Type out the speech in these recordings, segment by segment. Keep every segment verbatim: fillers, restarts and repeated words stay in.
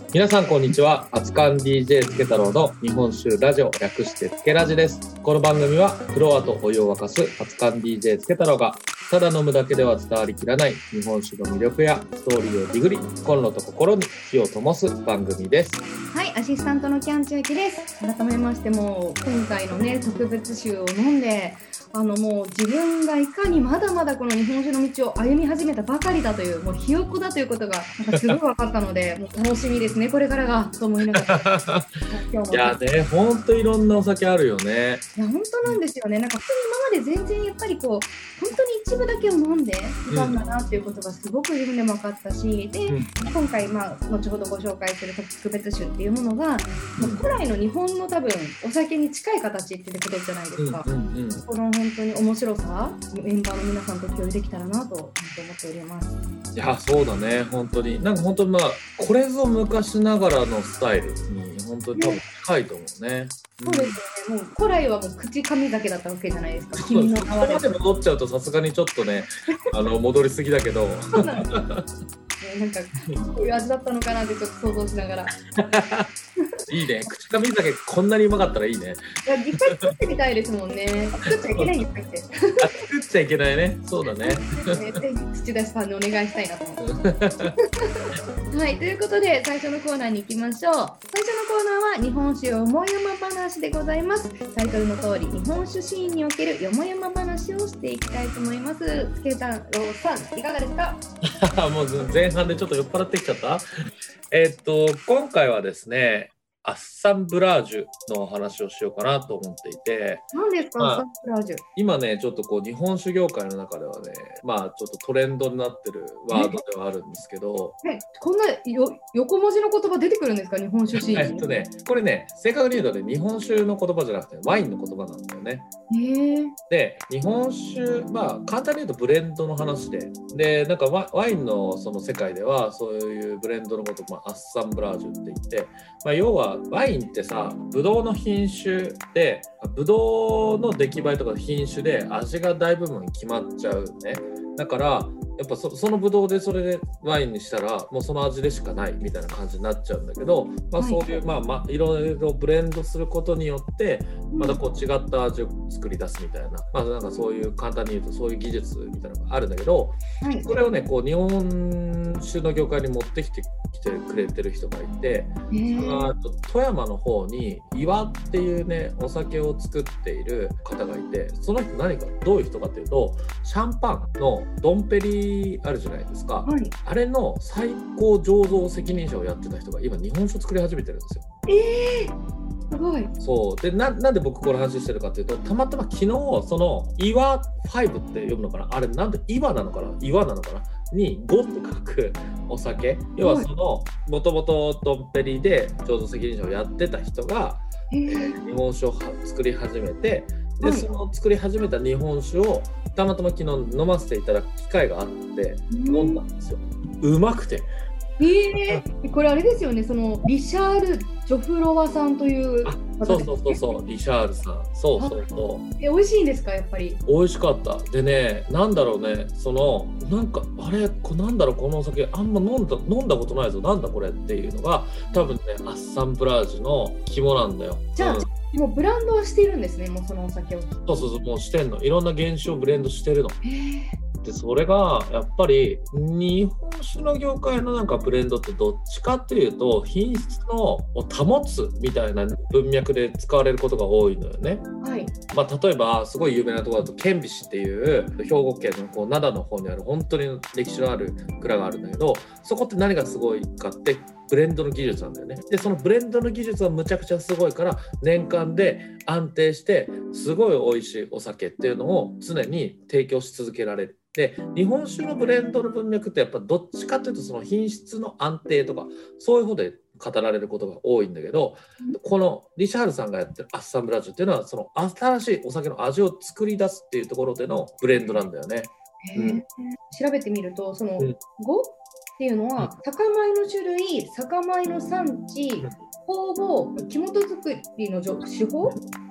皆さんこんにちは。熱燗 ディージェー つけ太郎の日本酒ラジオ、略してつけラジです。この番組はフロアとお湯を沸かす熱燗 ディージェー つけ太郎がただ飲むだけでは伝わりきらない日本酒の魅力やストーリーをディグリ、コンロと心に火を灯す番組です。 はい、アシスタントのキャンチューキです。改めましてもう今回のね特別酒を飲んで、あのもう自分がいかにまだまだこの日本酒の道を歩み始めたばかりだという、もうひよっこだということがなんかすごい分かったのでもう楽しみですね、これからがと思いながら今日もいやね、ほんといろんなお酒あるよね。 いや本当なんですよね。なんか普通に今まで全然やっぱりこう本当に一部だけを飲んでいたんだなっていうことがすごく自分でも分かったし、で、うん、今回まあ後ほどご紹介する特別酒っていうものが、うん、古来の日本の多分お酒に近い形っていうことじゃないですか、うんうんうん、この本当に面白さメンバーの皆さんと共有できたらなと思っております。 いやそうだね、本当になんか本当にまあこれぞ昔ながらのスタイルに本当に多分近いと思うね。 そうですよね。もう古来はもう口噛酒だったわけじゃないですか。 君のここまで戻っちゃうとさすがにちょっとねあの戻りすぎだけどそうなんですなんかこういう味だったのかなってちょっと想像しながらいいね、口噛み酒こんなにうまかったらいいね。 いや実際作ってみたいですもんね。作っちゃいけないんですって作っちゃいけないね。そうだね。 ぜひ土田さんにお願いしたいなと思ってはい、ということで最初のコーナーに行きましょう。最初のコーナーは日本酒よもやま話でございます。タイトルの通り日本酒シーンにおけるよもやま話をしていきたいと思います。つけ太郎さんいかがですか？ もう前半でちょっと酔っ払ってきちゃった。えっと今回はですね、アッサンブラージュの話をしようかなと思っていて。 何ですか、まあ、アッサンブラージュ。 今ねちょっとこう日本酒業界の中ではね、まあちょっとトレンドになってるワードではあるんですけど、 えこんなよ横文字の言葉出てくるんですか、日本酒シーンに。 えっとねこれね正確に言うとね日本酒の言葉じゃなくてワインの言葉なんだよね。 へで日本酒まあ簡単に言うとブレンドの話で、でなんか ワ, ワインのその世界ではそういうブレンドのことを、まあ、アッサンブラージュって言って、まあ、要はワインってさブドウの品種でブドウの出来栄えとか品種で味が大部分決まっちゃうね。だからやっぱ そ, そのブドウでそれでワインにしたらもうその味でしかないみたいな感じになっちゃうんだけど、まあ、そういう、はいまあまあ、いろいろブレンドすることによってまたこう違った味を作り出すみたいな、まあ、なんかそういう簡単に言うとそういう技術みたいなのがあるんだけど、はい、それをねこう日本酒の業界に持ってきてきてくれてる人がいて、あと富山の方に岩っていうねお酒を作っている方がいて、その人何かどういう人かっていうとシャンパンのドンペリあるじゃないですか、はい、あれの最高醸造責任者をやってた人が今日本酒を作り始めてるんですよ。 えーすごい。 そうで な, なんで僕この話してるかっていうと、たまたま昨日その岩ごって読むのかな、あれなんで岩なのかな岩なのかなにごって書くお酒、要はそのもともとドンペリで醸造責任者をやってた人が、えー、日本酒を作り始めて、でその作り始めた日本酒をたまたま昨日飲ませていただく機会があって飲んだんですよ。うまくて。 えー、これあれですよね、そのリシャール・ジョフロワさんという、 あ、そうそうそうそう、リシャールさん、そうそうそう。 え、美味しいんですか、やっぱり。 美味しかった。でね、なんだろうね、そのなんかあれこなんだろうこのお酒あんま飲んだ飲んだことないぞ、なんだこれっていうのが多分ねアッサンブラージュの肝なんだよ。 じゃあ、うん、もうブランドはしているんですね、もうそのお酒を。 そうそうそう、もうしてんの。いろんな原酒をブレンドしてるの。でそれがやっぱり日本酒の業界のなんかブレンドってどっちかっていうと品質のを保つみたいな文脈で使われることが多いのよね。 はい。 まあ、例えばすごい有名なところだと顕微市っていう兵庫県のこう灘の方にある本当に歴史のある蔵があるんだけど、そこって何がすごいかってブレンドの技術なんだよね。でそのブレンドの技術がむちゃくちゃすごいから年間で安定してすごい美味しいお酒っていうのを常に提供し続けられる。で日本酒のブレンドの文脈ってやっぱどっちかというとその品質の安定とかそういう方で語られることが多いんだけど、このリシャールさんがやってるアッサンブラージュっていうのはその新しいお酒の味を作り出すっていうところでのブレンドなんだよね。 うん、調べてみるとそのご、うん、っていうのは、うん、酒米の種類、酒米の産地、酵母、木本作りの手法、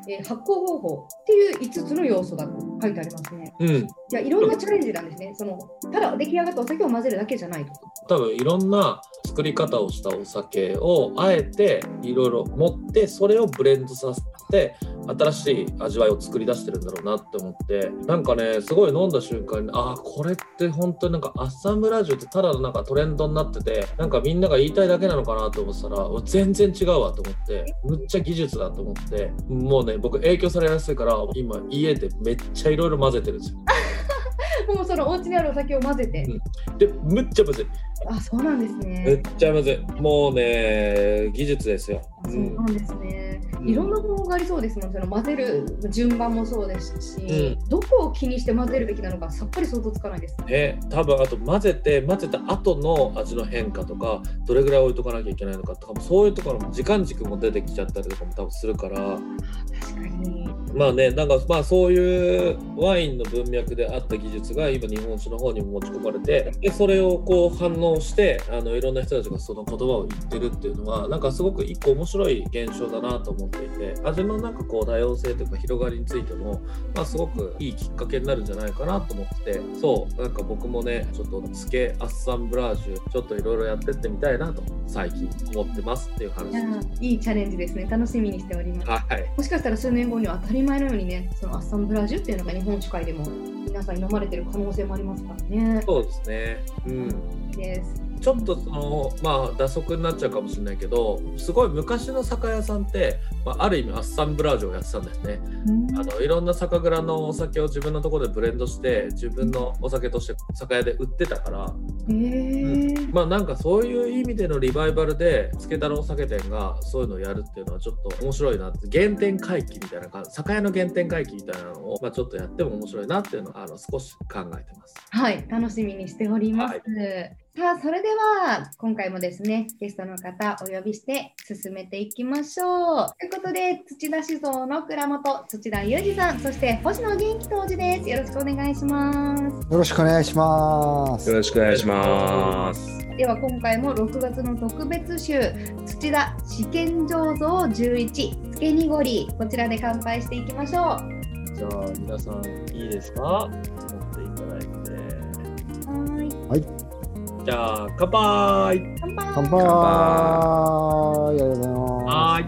えー、発酵方法っていういつつの要素だと書いてありますね。 うん、 いや、いろんなチャレンジなんですね。そのただ出来上がったお酒を混ぜるだけじゃないと。 多分いろんな作り方をしたお酒をあえていろいろ持ってそれをブレンドさせて新しい味わいを作り出してるんだろうなって思って、なんかねすごい飲んだ瞬間にあこれって本当になんかアッサンブラージュってただのなんかトレンドになっててなんかみんなが言いたいだけなのかなと思ってたら全然違うわと思ってむっちゃ技術だと思ってもうね僕影響されやすいから今家でめっちゃいろいろ混ぜてるんですよもうそのお家にあるお酒を混ぜて、 うん、でむっちゃむずい。 あ、そうなんですね。 めっちゃむずい。もうね技術ですよ。 そうなんですね、 うん、 いろんな方法がありそうですもん。その混ぜる順番もそうですし、うん、どこを気にして混ぜるべきなのかさっぱり想像つかないです。 ね、多分あと混ぜて混ぜた後の味の変化とかどれぐらい置いとかなきゃいけないのかとかもそういうところの時間軸も出てきちゃったりとかも多分するから。 確かに。 まあね、なんかまあそういうワインの文脈であった技術が今日本酒の方にも持ち込まれてでそれをこう反応してあのいろんな人たちがその言葉を言ってるっていうのはなんかすごく一個面白い現象だなと思っていて味のなんかこう多様性というか広がりについても、まあ、すごくいいきっかけになるんじゃないかなと思っててそうなんか僕もねちょっと漬けアッサンブラージュちょっといろいろやってってみたいなと最近思ってますっていう話です。 いいチャレンジですね。楽しみにしております、はい、もしかしたら数年後には当たり前のようにねそのアッサンブラージュっていうのが日本酒界でも皆さん飲まれてる可能性もありますからね。 そうですね、うんですちょっとそのまあ打足になっちゃうかもしれないけどすごい昔の酒屋さんって、まあ、ある意味アッサンブラージュをやってたんだよね、うん、あのいろんな酒蔵のお酒を自分のところでブレンドして自分のお酒として酒屋で売ってたから、 へー、 うん、まあなんかそういう意味でのリバイバルでつけたのお酒店がそういうのをやるっていうのはちょっと面白いなって原点回帰みたいな感じ酒屋の原点回帰みたいなのを、まあ、ちょっとやっても面白いなっていうのをあの少し考えてます。 はい、楽しみにしております、はい。さあそれでは今回もですねゲストの方お呼びして進めていきましょう。ということで土田酒造の蔵元土田裕二さんそして星野元気杜氏です。よろしくお願いします。 よろしくお願いします。 よろしくお願いします。 では今回もろくがつの特別酒土田試験醸造じゅういち漬け濁りこちらで乾杯していきましょう。 じゃあ皆さんいいですか持っていただいて。 はい。 じゃあ乾杯。 乾杯。 乾杯。ありがとうございます。 はい。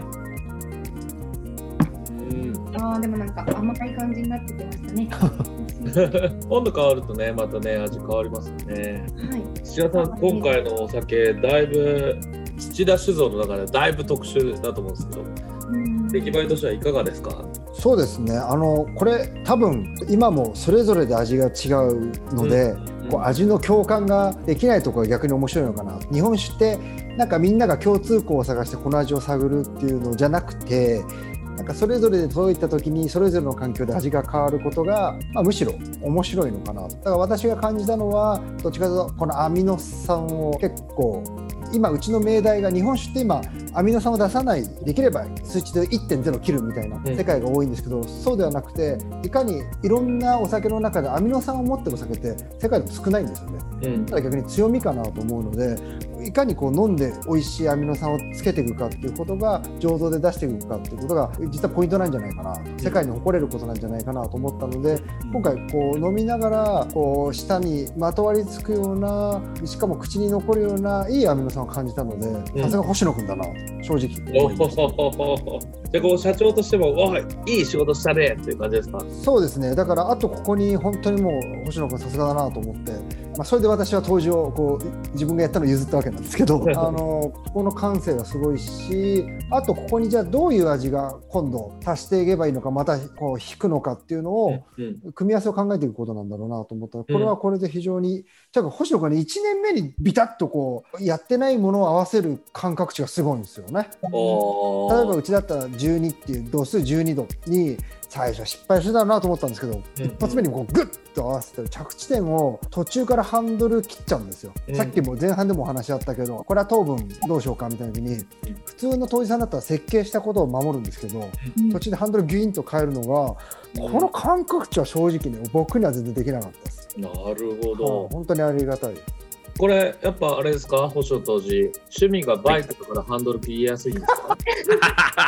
うん。ああでもなんか甘い感じになってきましたね。 温度変わるとねまたね味変わりますよね。 はい。 土田さん今回のお酒だいぶ土田酒造の中でだいぶ特殊だと思うんですけど、出来栄えとしてはいかがですか？ そうですねあのこれ多分今もそれぞれで味が違うので、うん、こう味の共感ができないところが逆に面白いのかな。日本酒ってなんかみんなが共通項を探してこの味を探るっていうのじゃなくてなんかそれぞれで届いた時にそれぞれの環境で味が変わることが、まあ、むしろ面白いのかな。だから私が感じたのはどっちかというとこのアミノ酸を結構今うちの命題が日本酒って今アミノ酸を出さないできれば数値で いってんゼロ 切るみたいな世界が多いんですけど、うん、そうではなくていかにいろんなお酒の中でアミノ酸を持ってるお酒って世界でも少ないんですよね、うん、ただ逆に強みかなと思うのでいかにこう飲んで美味しいアミノ酸をつけていくかっていうことが醸造で出していくかっていうことが実はポイントなんじゃないかな、世界に誇れることなんじゃないかなと思ったので、今回こう飲みながらこう舌にまとわりつくようなしかも口に残るようないいアミノ酸を感じたので、さすが星野君だな正直。 でこう社長としてもおいいい仕事したねっていう感じですか？ そうですね。だからあとここに本当にもう星野君さすがだなと思って、まあ、それで私は当時をこう自分がやったのを譲ったわけなんですけどあのここの感性がすごいし、あとここにじゃあどういう味が今度足していけばいいのかまたこう引くのかっていうのを組み合わせを考えていくことなんだろうなと思ったら、これはこれで非常にだから星野君ねいちねんめにビタッとこうやってないものを合わせる感覚値がすごいんですよね。例えばうちだったらじゅうにっていう度数じゅうにどに最初失敗するだろうなと思ったんですけど、うん、一発目にこうグッと合わせて着地点を途中からハンドル切っちゃうんですよ、うん、さっきも前半でもお話あったけどこれは糖分どうしようかみたいな時に、うん、普通の杜氏さんだったら設計したことを守るんですけど、うん、途中でハンドルギュインと変えるのが、うん、この感覚値は正直ね僕には全然できなかったです。 なるほど、 本当にありがたい。 これやっぱあれですか、星野杜氏趣味がバイクだからハンドル切りやすいんですか？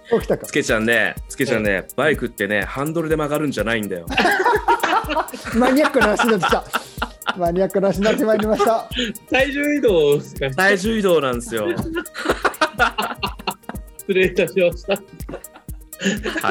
起きたか。 つけちゃんね、つけちゃんね、バイクってね、ハンドルで曲がるんじゃないんだよ。 マニアックな話になってきた。マニアックな話になってまいりました。 体重移動ですか？ 体重移動なんですよ。 失礼いたしました。 はい。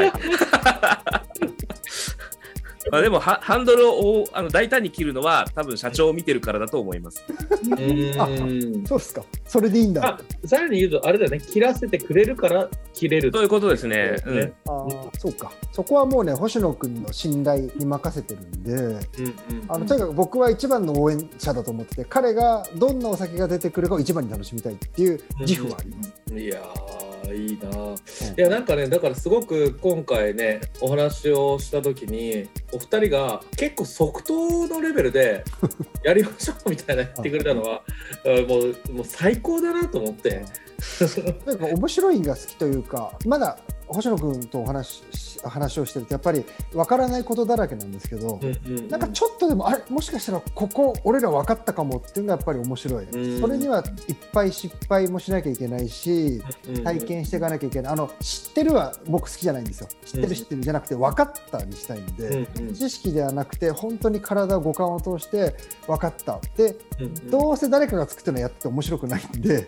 まあでもハンドルをあの大胆に切るのは多分社長を見てるからだと思います。 あ、そうですか。それでいいんだ。 さらに言うとあれだよね、切らせてくれるから切れる。 そういうことですね。うん、 あ、そうか。そこはもうね、星野君の信頼に任せてるんで、うんうんうん、あのとにかく僕は一番の応援者だと思ってて、彼がどんなお酒が出てくるかを一番に楽しみたいっていう自負はあります。 うんうん、いやいいな、うん、いやなんかね、だからすごく今回ねお話をした時にお二人が結構即答のレベルでやりましょうみたいな言ってくれたのはもう、もう最高だなと思って。 なんか面白いが好きというか、まだ星野君とお話話をしてるとやっぱり分からないことだらけなんですけど、うんうんうん、なんかちょっとでもあれもしかしたらここ俺ら分かったかもっていうのがやっぱり面白い、うん、それにはいっぱい失敗もしなきゃいけないし、うんうん、体験していかなきゃいけない。あの知ってるは僕好きじゃないんですよ。知ってる知ってるじゃなくて分かったにしたいんで、うんうん、知識ではなくて本当に体五感を通して分かったで、うんうん、どうせ誰かが作ってるのやって面白くないんで、うんうん、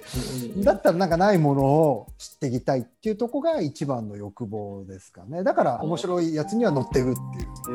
だったらなんかないものを知っていきたいっていうところが一番の欲望ですかね。だから面白いやつには乗ってるっていう。うん、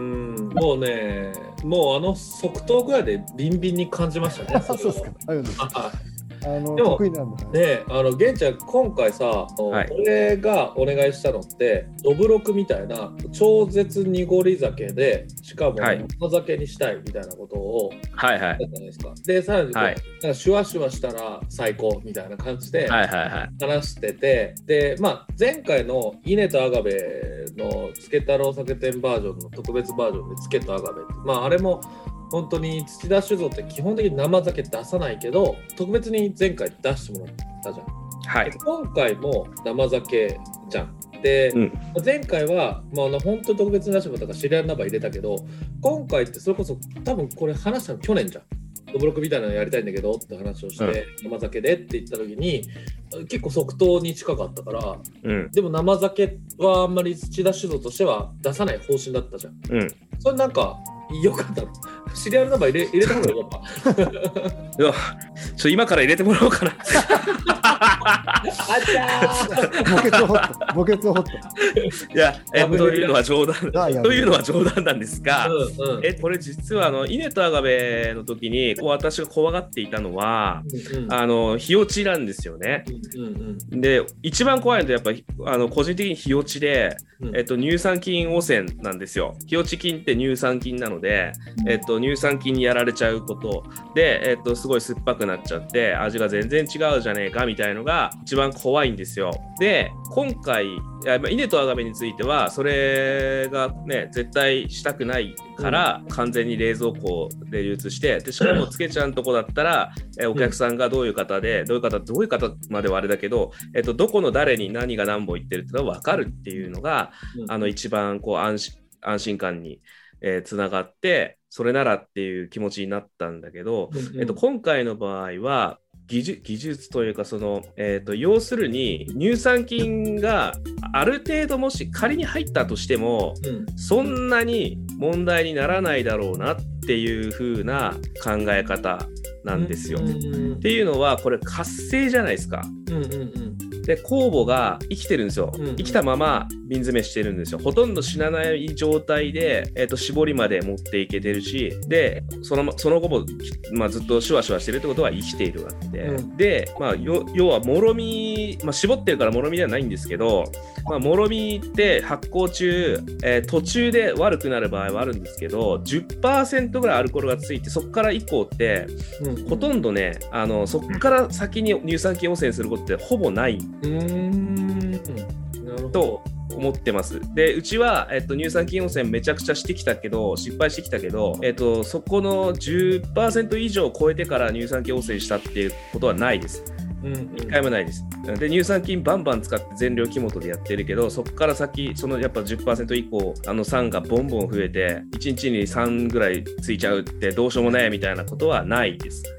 もうね、 もうあの即答ぐらいでビンビンに感じましたね。 そうですか。ありがとうございます。あのでも得意なんだね、あの玄ちゃん今回さ、はい、俺がお願いしたのってどぶろくみたいな超絶濁り酒でしかもお酒にしたいみたいなことをはいはいじゃないですか。でさらにこう、はい、なんかシュワシュワしたら最高みたいな感じで話してて、はいはいはい、でまあ前回の稲とアガベのつけ太郎酒店バージョンの特別バージョンでつけとアガベって、まああれも本当に土田酒造って基本的に生酒出さないけど特別に前回出してもらったじゃん、はい、今回も生酒じゃんで、うん、前回は、まあ、本当に特別に出してもらったからシリアルナンバー入れたけど今回ってそれこそ多分これ話したの去年じゃん。どぶろくみたいなのやりたいんだけどって話をして、うん、生酒でって言った時に結構即答に近かったから、うん、でも生酒はあんまり土田酒造としては出さない方針だったじゃん、うん、それなんかよかったの。シリアルナンバー入れ、入れた方がよかった。いや、 ちょ今から入れてもらおうかな。 あちゃー。 墓穴を掘った。墓穴を掘った。 いや、えというのは冗談。というのは冗談なんですが、うんうん、えこれ実はあの稲とアガベの時にこう私が怖がっていたのは、うんうん、あの日落ちなんですよね。うんうん、で一番怖いのはやっぱりあの個人的に日落ちで、えっと乳酸菌汚染なんですよ。日落ち菌って乳酸菌なので、えっと乳酸菌にやられちゃうことで、えっと、すごい酸っぱくなっちゃって味が全然違うじゃねえかみたいのが一番怖いんですよ。で今回稲とアガベについてはそれがね絶対したくないから完全に冷蔵庫で流通してでしかもつけちゃんとこだったらえお客さんがどういう方でどういう方どういう方まではあれだけど、えっと、どこの誰に何が何本言ってるっていうのが分かるっていうのがあの一番こう安心、安心感にえー、つながってそれならっていう気持ちになったんだけど、うんうんえっと、今回の場合は技術、技術というかその、えーと、要するに乳酸菌がある程度もし仮に入ったとしても、うん、そんなに問題にならないだろうなっていう風な考え方なんですよ、うんうんうん、っていうのはこれ活性じゃないですか、うんうんうんで酵母が生きてるんですよ、うんうん、生きたまま瓶詰めしてるんですよ。ほとんど死なない状態で、えーと、絞りまで持っていけてるしでその、その後も、まあ、ずっとシュワシュワしてるってことは生きているわけで、うん、で、まあ、要はもろみ、まあ、絞ってるからもろみではないんですけど、まあ、もろみって発酵中、えー、途中で悪くなる場合はあるんですけど じゅっパーセント ぐらいアルコールがついてそこから以降って、うんうん、ほとんどねあのそこから先に乳酸菌汚染することってほぼない。うーんなるほどと思ってます。でうちは、えっと、乳酸菌汚染めちゃくちゃしてきたけど失敗してきたけど、えっと、そこの じゅっパーセント 以上超えてから乳酸菌汚染したっていうことはないです。うんうん、一回もないです。で乳酸菌バンバン使って全量木本でやってるけどそこから先そのやっぱ じゅっパーセント 以降あの酸がボンボン増えていちにちにさんぐらいついちゃうってどうしようもないみたいなことはないです。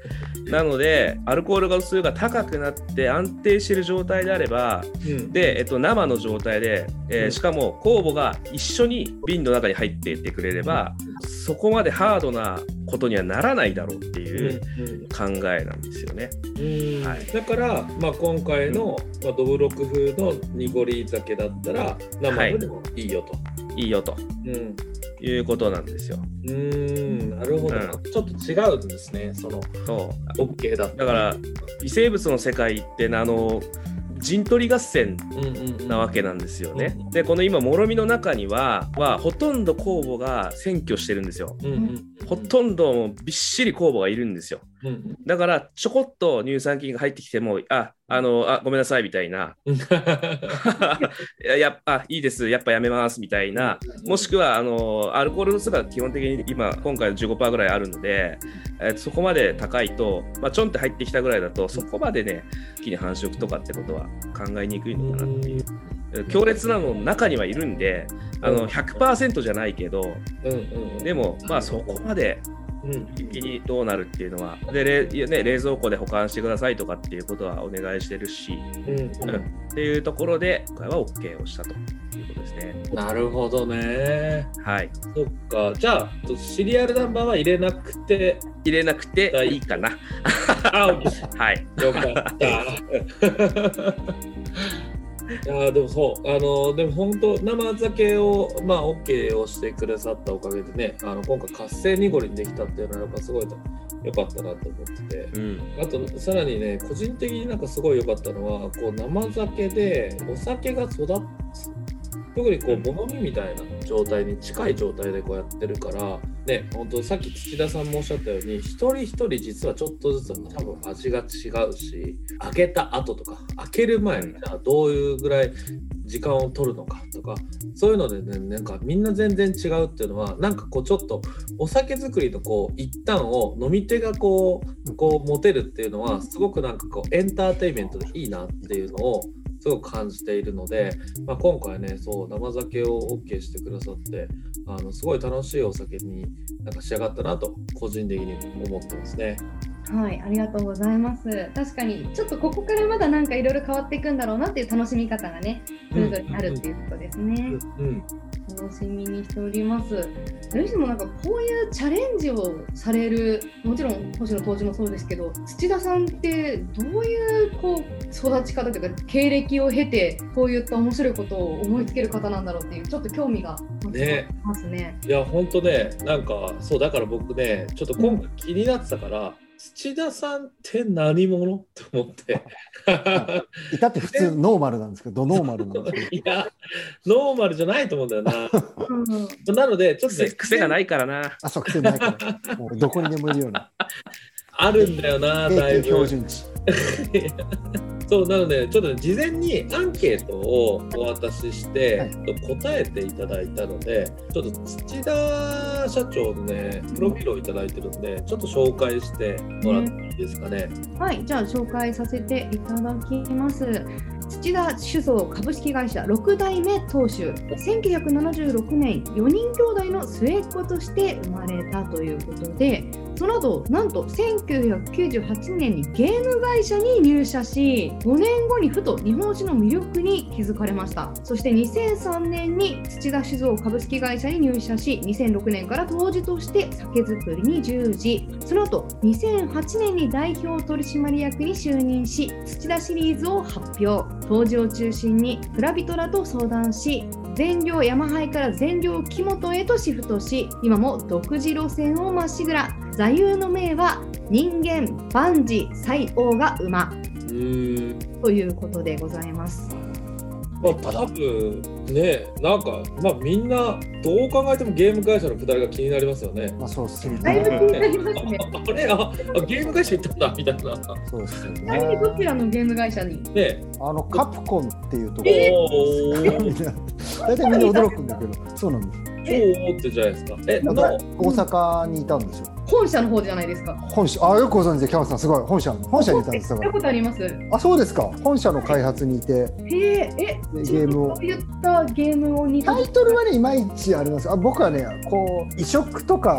なのでアルコール度数が高くなって安定している状態であれば、うん、で、えっと、生の状態で、えー、しかも酵母が一緒に瓶の中に入っていってくれれば、うん、そこまでハードなことにはならないだろうっていう考えなんですよね。 うん、はい、だから、まあ、今回の、まあ、どぶろく風の濁り酒だったら生でもいいよと、 はい、いいよと、うん、いうことなんですよ。 うーん、なるほど、うん、ちょっと違うんですね、そのそう OK だった。 だから微生物の世界ってあの陣取り合戦なわけなんですよね。うんうんうん、でこの今もろみの中にははほとんど酵母が占拠してるんですよ。うんうんうん、ほとんどびっしり酵母がいるんですよ。うんうん、だからちょこっと乳酸菌が入ってきてもああのあごめんなさいみたいなやっぱいいですやっぱやめますみたいな、もしくはあのアルコール度数が基本的に今今回の じゅうごパーセント ぐらいあるので、えー、そこまで高いと、まあ、ちょんって入ってきたぐらいだとそこまでね一気に繁殖とかってことは考えにくいのかなっていう。強烈なの中にはいるんであの ひゃくパーセント じゃないけど、うんうんうん、でもまあそこまで一気にどうなるっていうのはで、ね、冷蔵庫で保管してくださいとかっていうことはお願いしてるし、うんうん、っていうところで今回は OK をしたということですね。 なるほどね。 はい。 そっか。じゃあシリアルナンバーは入れなくて入れなくていいかな。 あ、OK。はい。よかった。いやでもそうあのでも本当生酒をまあ OK をしてくださったおかげでね、あの今回活性濁りにできたっていうのはやっぱすごい良かったなと思ってて、うん、あとさらにね個人的になんかすごい良かったのはこう生酒でお酒が育つ、特にこう物見みたいな状態に近い状態でこうやってるからね、本当さっき土田さんもおっしゃったように一人一人実はちょっとずつ多分味が違うし、開けた後とか開ける前にじゃあどういうぐらい時間を取るのかとか、そういうのでねなんかみんな全然違うっていうのはなんかこうちょっとお酒作りのこう一端を飲み手がこうこう持てるっていうのはすごくなんかこうエンターテインメントでいいなっていうのをすごく感じているので、まあ、今回ねそう生酒を OK してくださってあのすごい楽しいお酒になんか仕上がったなと個人的に思ってますね。 はい、ありがとうございます。確かにちょっとここからまだなんかいろいろ変わっていくんだろうなっていう楽しみ方がねそれぞれあるっていうことですね。うんうんうん楽しみにしております。誰しもなんかこういうチャレンジをされる、もちろん星野杜氏もそうですけど、土田さんってどういうこう育ち方というか経歴を経てこういった面白いことを思いつける方なんだろうっていうちょっと興味が持ちますね。 ねいや本当ねなんかそうだから僕ねちょっと今回気になってたから、うん土田さんって何者って思っていたって普通ノーマルなんですけどドノーマルなんですけどいやノーマルじゃないと思うんだよな、うん、なのでちょっと、ね、 癖がないからなあそう癖ないからもうどこにでもいるようなあるんだよなだいぶ標準値そうなのでちょっと、ね、事前にアンケートをお渡しして、はい、答えていただいたのでちょっと土田社長のねプロフィールをいただいてるのでちょっと紹介してもらっていいですかね、 うん、はいじゃあ紹介させていただきます。土田酒造株式会社ろく代目当主、せんきゅうひゃくななじゅうろくねんよにん兄弟の末っ子として生まれたということで、その後なんとせんきゅうひゃくきゅうじゅうはちねんにゲーム会社に入社し、ごねんごにふと日本酒の魅力に気づかれました。そしてにせんさんねんに土田酒造株式会社に入社し、にせんろくねんから杜氏として酒造りに従事、その後にせんはちねんに代表取締役に就任し、土田シリーズを発表。杜氏を中心に蔵人らと相談し、全量山灰から全量木本へとシフトし、今も独自路線をまっしぐら。座右の銘は人間万事西王が馬ということでございます。 まあ、多分ね、なんか、まあ、みんなどう考えてもゲーム会社のくだりが気になりますよね。 まあ、そうっすね。 だいぶ気になりますね。 あれあ、ゲーム会社行ったんだみたいな。 そうっすよね。 ちなみにどちらのゲーム会社に？ ね、 あのカプコンっていうところ。えー、大体みんな驚くんだけど、そうなんです。 超大手じゃないですか。え、 大阪にいたんですよ。 本社の方じゃないですか。 本社、あ、よくご存知で、キャマさんすごい本社本社にいたんですか。聞いたことあります。 あ、そうですか。本社の開発にいて。へえ、え、ゲームを。そういったゲームをに。 タイトルはね、いまいちあります。あ、僕はね、こう移植とか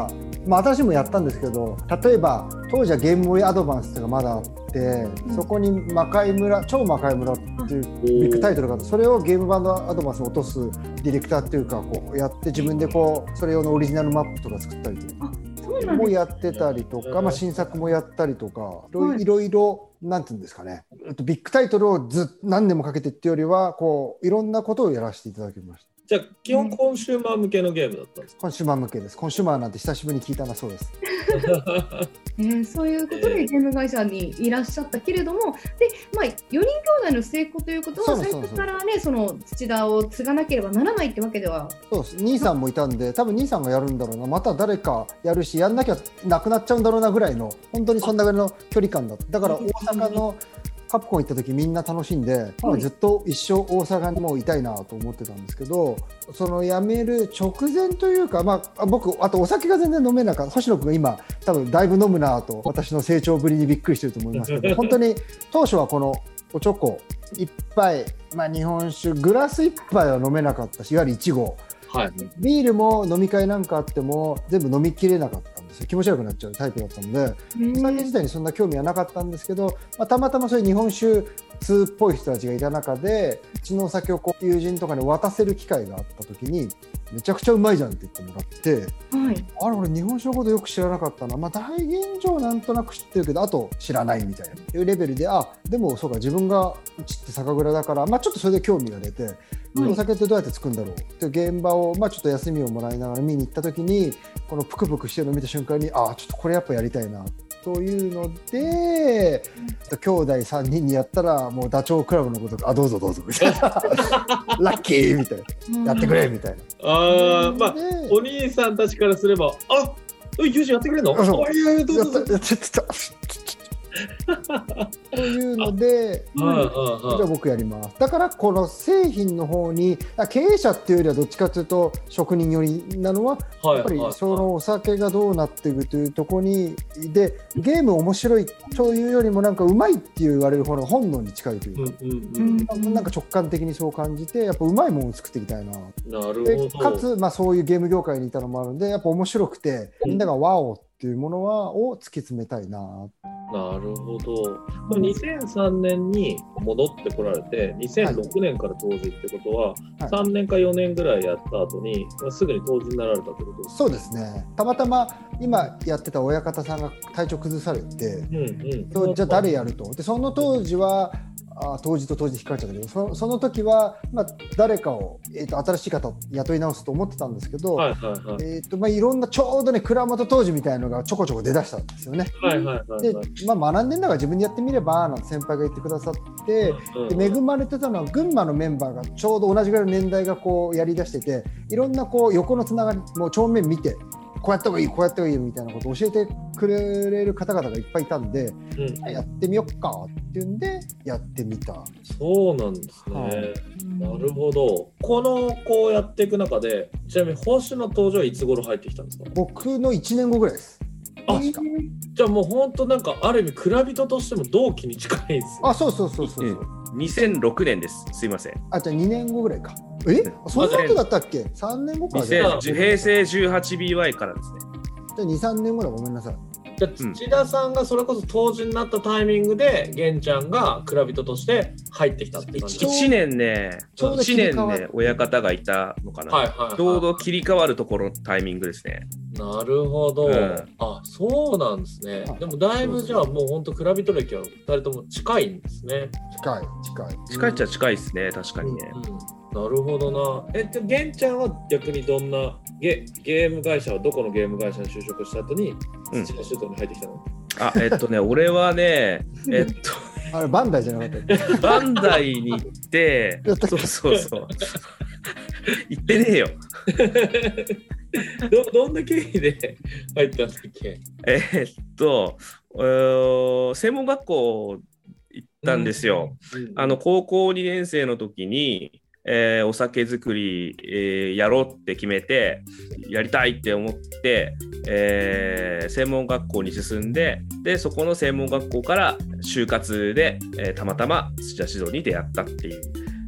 まあ、私もやったんですけど、例えば当時はゲームボーイアドバンスがまだあって、うん、そこに魔界村超魔界村っていうビッグタイトルがあって、それをゲームバンドアドバンスに落とすディレクターっていうかこうやって自分でこうそれ用のオリジナルマップとか作ったりとかもやってたりとか、まあ、新作もやったりとかいろいろなんていうんですかね、ビッグタイトルをずっと何年もかけてっていうよりはこういろんなことをやらせていただきました。 じゃあ基本コンシューマー向けのゲームだったんですか？ コンシューマー向けです。コンシューマーなんて久しぶりに聞いたな。そうです。 えー、そういうことでゲーム会社にいらっしゃったけれども、で、まあ、よにん兄弟の末っ子ということは最初からね、その土田を継がなければならないってわけでは。 そうです。兄さんもいたんで、多分兄さんがやるんだろうな、また誰かやるし、やんなきゃなくなっちゃうんだろうなぐらいの本当にそんなぐらいの距離感だった。だから大阪のカプコン行った時みんな楽しんで、はい、ずっと一生大阪にもういたいなと思ってたんですけど、その辞める直前というか、まあ、僕あとお酒が全然飲めなかった。星野君が今多分だいぶ飲むなと私の成長ぶりにびっくりしてると思いますけど本当に当初はこのおちょこいっぱい、まあ、日本酒グラスいっぱいは飲めなかったし、いわゆるいちご、はい、ビールも飲み会なんかあっても全部飲みきれなかったんですよ。気持ち悪くなっちゃうタイプだったので、お酒自体にそんな興味はなかったんですけど、まあ、たまたまそういう日本酒通っぽい人たちがいた中でうちのお酒をこう友人とかに渡せる機会があった時にめちゃくちゃうまいじゃんって言ってもらって、はい、あれ俺日本酒のことよく知らなかったな、まあ、大吟醸なんとなく知ってるけどあと知らないみたいないうレベルで、あでもそうか自分がうちって酒蔵だから、まあ、ちょっとそれで興味が出て、はい、お酒ってどうやって作るんだろうって現場を、まあ、ちょっと休みをもらいながら見に行った時にこのプクプクしてるのを見た瞬間にあちょっとこれやっぱやりたいなというので、うん、兄弟さんにんにやったらもうダチョウ倶楽部のことがあどうぞどうぞみたいなラッキーみたいな、やってくれみたいな。 あまあお兄さんたちからすればあ友人やってくれるの？あそういやどうぞやってたというので、うん、じゃあ僕やります。だからこの製品の方に経営者っていうよりはどっちかというと職人寄りなのは、はい、やっぱりそのお酒がどうなっていくというところにでゲーム面白いというよりもなんかうまいって言われる方の本能に近いというか、うんうんうん、なんか直感的にそう感じてやっぱうまいものを作っていきたいな。 なるほど。 かつ、まあ、そういうゲーム業界にいたのもあるのでやっぱ面白くてみんながワオっていうものはを突き詰めたいな。 なるほど。にせんさんねんに戻ってこられてにせんろくねんから杜氏ってことは、はい、さんねんかよねんぐらいやった後に、まあ、すぐに杜氏になられたってことですか？ そうですね。たまたま今やってた親方さんが体調崩されて、うんうん、じゃあ誰やると。でその当時はあ当時と当時引っかかっちゃったけど そ, その時は、まあ、誰かを、えー、と新しい方を雇い直すと思ってたんですけど、はいはいはいえーとまあ、いろんなちょうどね蔵元当時みたいなのがちょこちょこ出だしたんですよね。はいはいはいはい、で、まあ、学んでんだから自分でやってみればなんて先輩が言ってくださって、うんうん、で恵まれてたのは群馬のメンバーがちょうど同じぐらいの年代がこうやりだしてていろんなこう横のつながりもう正面見てこうやった方がいいこうやった方がいいみたいなことを教えてくれる方々がいっぱいいたんで、うん、やってみよっかっていうんでやってみた。 そうなんですね、はい、なるほど。このこうやっていく中でちなみに報酬の登場はいつ頃入ってきたんですか？ 僕のいちねんごぐらいです。 あじゃあもう本当なんかある意味蔵人としても同期に近いです、ね、 あそうそうそうそうそう、 うん、にせんろくねんです。すいません。 あじゃあにねんごぐらいか。えそんなことだったっけ？さんねんごか。 へいせいじゅうはちビーワイ からですね。 じゃあにさんねんごだごめんなさい。 じゃあ土田さんがそれこそ杜氏になったタイミングで玄ちゃんが蔵人として入ってきたって感じ。 いちねんねいちねんね親方がいたのかな、はいはいはい、ちょうど切り替わるところのタイミングですね。 なるほど、うん、あそうなんですね。でもだいぶじゃあもう本当蔵人歴はふたりとも近いんですね。 近い近い近いっちゃ近いですね、確かにね、 うんうんなるほどな。えっと、玄ちゃんは逆にどんな ゲ, ゲーム会社はどこのゲーム会社に就職した後に土田酒造に入ってきたの？うん、 あえっとね俺はねえっとあれバンダイじゃなかったバンダイに行ってそうそうそう行ってねえよど, どんな経緯で入ったんだっけ？ えー、っと、えー、専門学校行ったんですよ、うんうん、あの高校にねん生の時にえー、お酒作り、えー、やろうって決めてやりたいって思って、えー、専門学校に進んで、でそこの専門学校から就活で、えー、たまたま土田酒造に出会ったっていう